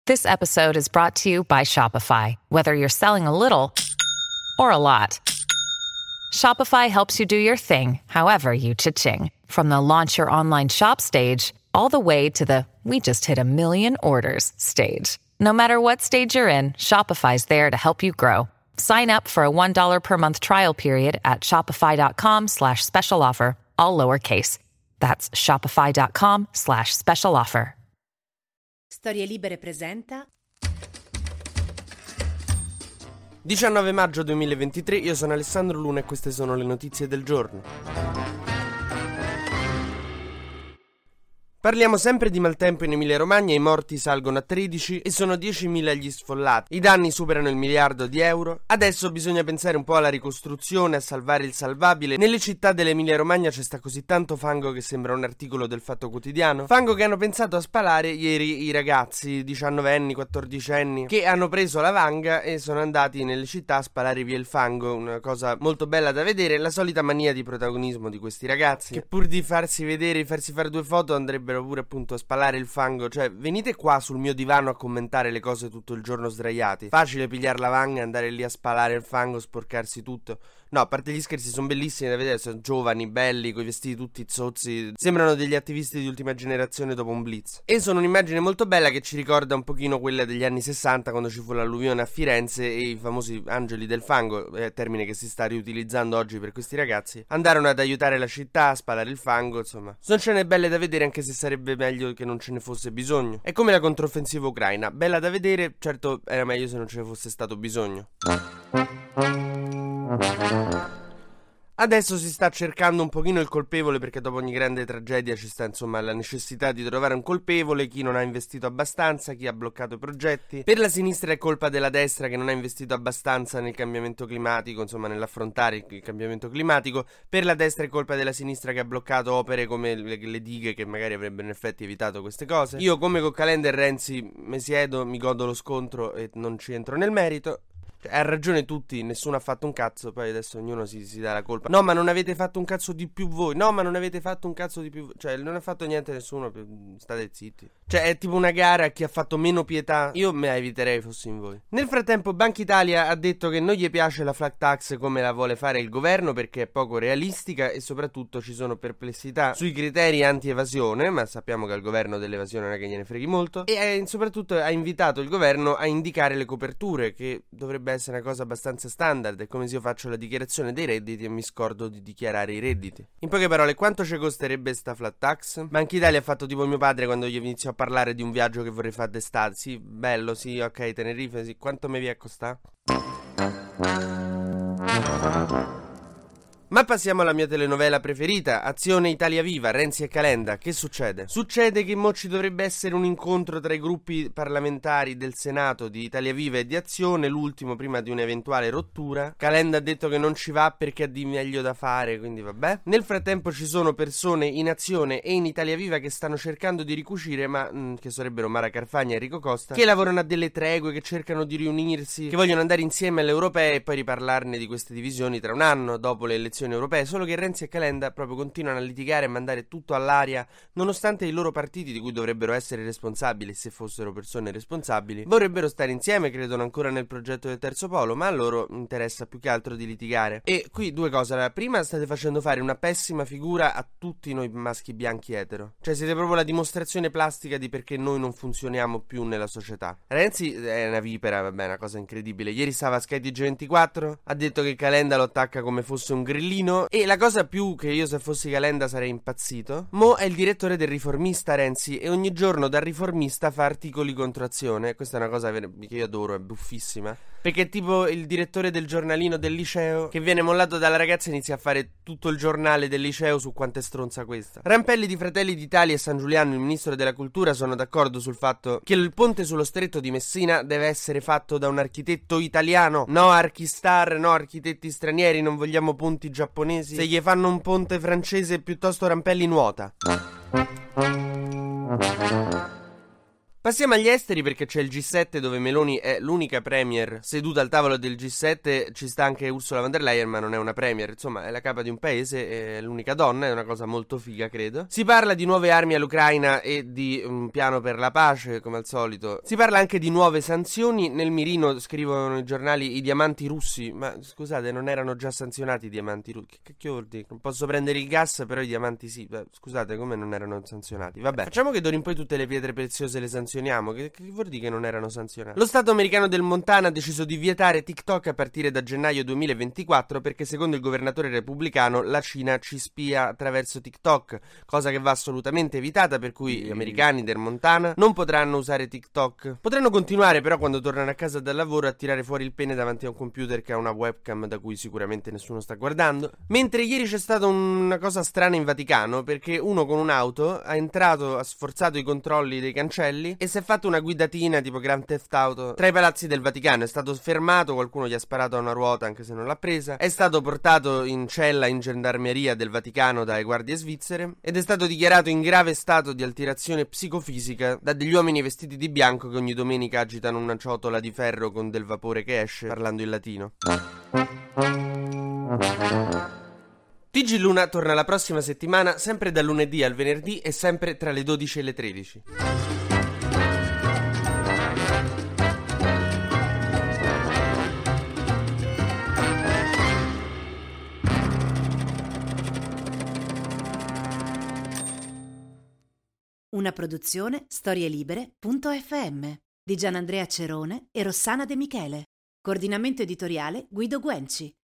This episode is brought to you by Shopify. Whether you're selling a little or a lot, Shopify helps you do your thing, however you cha-ching. From the launch your online shop stage, all the way to the we just hit 1 million orders stage. No matter what stage you're in, Shopify's there to help you grow. Sign up for a $1 per month trial period at shopify.com/special offer, all lowercase. That's shopify.com/special offer. Storie Libere presenta 19 maggio 2023, io sono Alessandro Luna e queste sono le notizie del giorno. Parliamo sempre di maltempo in Emilia-Romagna, i morti salgono a 13 e sono 10.000 gli sfollati. I danni superano il miliardo di euro. Adesso bisogna pensare un po' alla ricostruzione, a salvare il salvabile. Nelle città dell'Emilia-Romagna c'è sta così tanto fango che sembra un articolo del Fatto Quotidiano. Fango che hanno pensato a spalare ieri i ragazzi 19enni, 14enni che hanno preso la vanga e sono andati nelle città a spalare via il fango. Una cosa molto bella da vedere, la solita mania di protagonismo di questi ragazzi che pur di farsi vedere, farsi fare due foto andrebbero pure appunto a spalare il fango. Cioè, venite qua sul mio divano a commentare le cose tutto il giorno sdraiati. Facile pigliare la vanga e andare lì a spalare il fango, sporcarsi tutto. No, a parte gli scherzi, sono bellissimi da vedere, sono giovani, belli, coi vestiti tutti zozzi, sembrano degli attivisti di ultima generazione dopo un blitz. E sono un'immagine molto bella che ci ricorda un pochino quella degli anni 60, quando ci fu l'alluvione a Firenze e i famosi angeli del fango, termine che si sta riutilizzando oggi per questi ragazzi, andarono ad aiutare la città a spalare il fango. Insomma, sono scene belle da vedere, anche se sarebbe meglio che non ce ne fosse bisogno. È come la controffensiva ucraina, bella da vedere, certo era meglio se non ce ne fosse stato bisogno. Adesso si sta cercando un pochino il colpevole, perché dopo ogni grande tragedia ci sta insomma la necessità di trovare un colpevole, chi non ha investito abbastanza, chi ha bloccato i progetti. Per la sinistra è colpa della destra che non ha investito abbastanza nel cambiamento climatico, insomma nell'affrontare il cambiamento climatico. Per la destra è colpa della sinistra che ha bloccato opere come le dighe che magari avrebbero in effetti evitato queste cose. Io come con Calenda e Renzi mi siedo, mi godo lo scontro e non ci entro nel merito. Ha ragione tutti, nessuno ha fatto un cazzo, poi adesso ognuno si dà la colpa. No, ma non avete fatto un cazzo di più voi. No, ma non avete fatto un cazzo di più. Cioè, non ha fatto niente nessuno, state zitti. Cioè, è tipo una gara a chi ha fatto meno pietà. Io me la eviterei fossi in voi. Nel frattempo Banca Italia ha detto che non gli piace la flat tax come la vuole fare il governo, perché è poco realistica e soprattutto ci sono perplessità sui criteri anti-evasione, ma sappiamo che al governo dell'evasione non è che gliene freghi molto. E soprattutto ha invitato il governo a indicare le coperture, che dovrebbe essere una cosa abbastanza standard. È come se io faccio la dichiarazione dei redditi e mi scordo di dichiarare i redditi. In poche parole, quanto ci costerebbe sta flat tax? Banca Italia ha fatto tipo mio padre quando gli iniziò a parlare di un viaggio che vorrei fare d'estate. Sì, bello, sì, ok, Tenerife, sì. Quanto mi viene a costare? Ma passiamo alla mia telenovela preferita, Azione Italia Viva, Renzi e Calenda. Che succede? Succede che mo ci dovrebbe essere un incontro tra i gruppi parlamentari del Senato di Italia Viva e di Azione, l'ultimo prima di un'eventuale rottura. Calenda ha detto che non ci va perché ha di meglio da fare, quindi vabbè. Nel frattempo ci sono persone in Azione e in Italia Viva che stanno cercando di ricucire, ma che sarebbero Mara Carfagna e Enrico Costa, che lavorano a delle tregue, che cercano di riunirsi, che vogliono andare insieme alle europee e poi riparlarne di queste divisioni tra un anno, dopo le elezioni europee. Solo che Renzi e Calenda proprio continuano a litigare e mandare tutto all'aria, nonostante i loro partiti, di cui dovrebbero essere responsabili, se fossero persone responsabili, vorrebbero stare insieme, credono ancora nel progetto del terzo polo, ma a loro interessa più che altro di litigare. E qui due cose: la prima, state facendo fare una pessima figura a tutti noi maschi bianchi etero, cioè siete proprio la dimostrazione plastica di perché noi non funzioniamo più nella società. Renzi è una vipera, vabbè, una cosa incredibile. Ieri stava a Sky TG24, ha detto che Calenda lo attacca come fosse un grillino. E la cosa più che io se fossi Calenda sarei impazzito, mo è il direttore del Riformista Renzi e ogni giorno dal Riformista fa articoli contro Azione. Questa è una cosa che io adoro, è buffissima, perché è tipo il direttore del giornalino del liceo che viene mollato dalla ragazza e inizia a fare tutto il giornale del liceo su quanto è stronza questa. Rampelli di Fratelli d'Italia e San Giuliano, il ministro della cultura, sono d'accordo sul fatto che il ponte sullo stretto di Messina deve essere fatto da un architetto italiano. No Archistar, no architetti stranieri, non vogliamo ponti giapponesi. Se gli fanno un ponte francese, piuttosto Rampelli nuota. Passiamo agli esteri perché c'è il G7 dove Meloni è l'unica premier seduta al tavolo del G7, ci sta anche Ursula von der Leyen ma non è una premier, insomma è la capa di un paese, è l'unica donna, è una cosa molto figa credo. Si parla di nuove armi all'Ucraina e di un piano per la pace come al solito, si parla anche di nuove sanzioni, nel mirino scrivono i giornali i diamanti russi, ma scusate non erano già sanzionati i diamanti russi, che cacchio vuol dire? Non posso prendere il gas però i diamanti sì, scusate come non erano sanzionati, vabbè facciamo che d'ora in poi tutte le pietre preziose le sanzioniamo. Che vuol dire che non erano sanzionati? Lo Stato americano del Montana ha deciso di vietare TikTok a partire da gennaio 2024 perché secondo il governatore repubblicano la Cina ci spia attraverso TikTok, cosa che va assolutamente evitata, per cui gli americani del Montana non potranno usare TikTok. Potranno continuare però quando tornano a casa dal lavoro a tirare fuori il pene davanti a un computer che ha una webcam da cui sicuramente nessuno sta guardando. Mentre ieri c'è stata una cosa strana in Vaticano perché uno con un'auto ha sforzato i controlli dei cancelli e si è fatto una guidatina tipo Grand Theft Auto tra i palazzi del Vaticano. È stato fermato, qualcuno gli ha sparato a una ruota anche se non l'ha presa, è stato portato in cella in gendarmeria del Vaticano dalle guardie svizzere ed è stato dichiarato in grave stato di alterazione psicofisica da degli uomini vestiti di bianco che ogni domenica agitano una ciotola di ferro con del vapore che esce, parlando in latino. TG Luna torna la prossima settimana, sempre dal lunedì al venerdì e sempre tra le 12 e le 13. Una produzione storielibere.fm di Gianandrea Cerone e Rossana De Michele. Coordinamento editoriale Guido Guenci.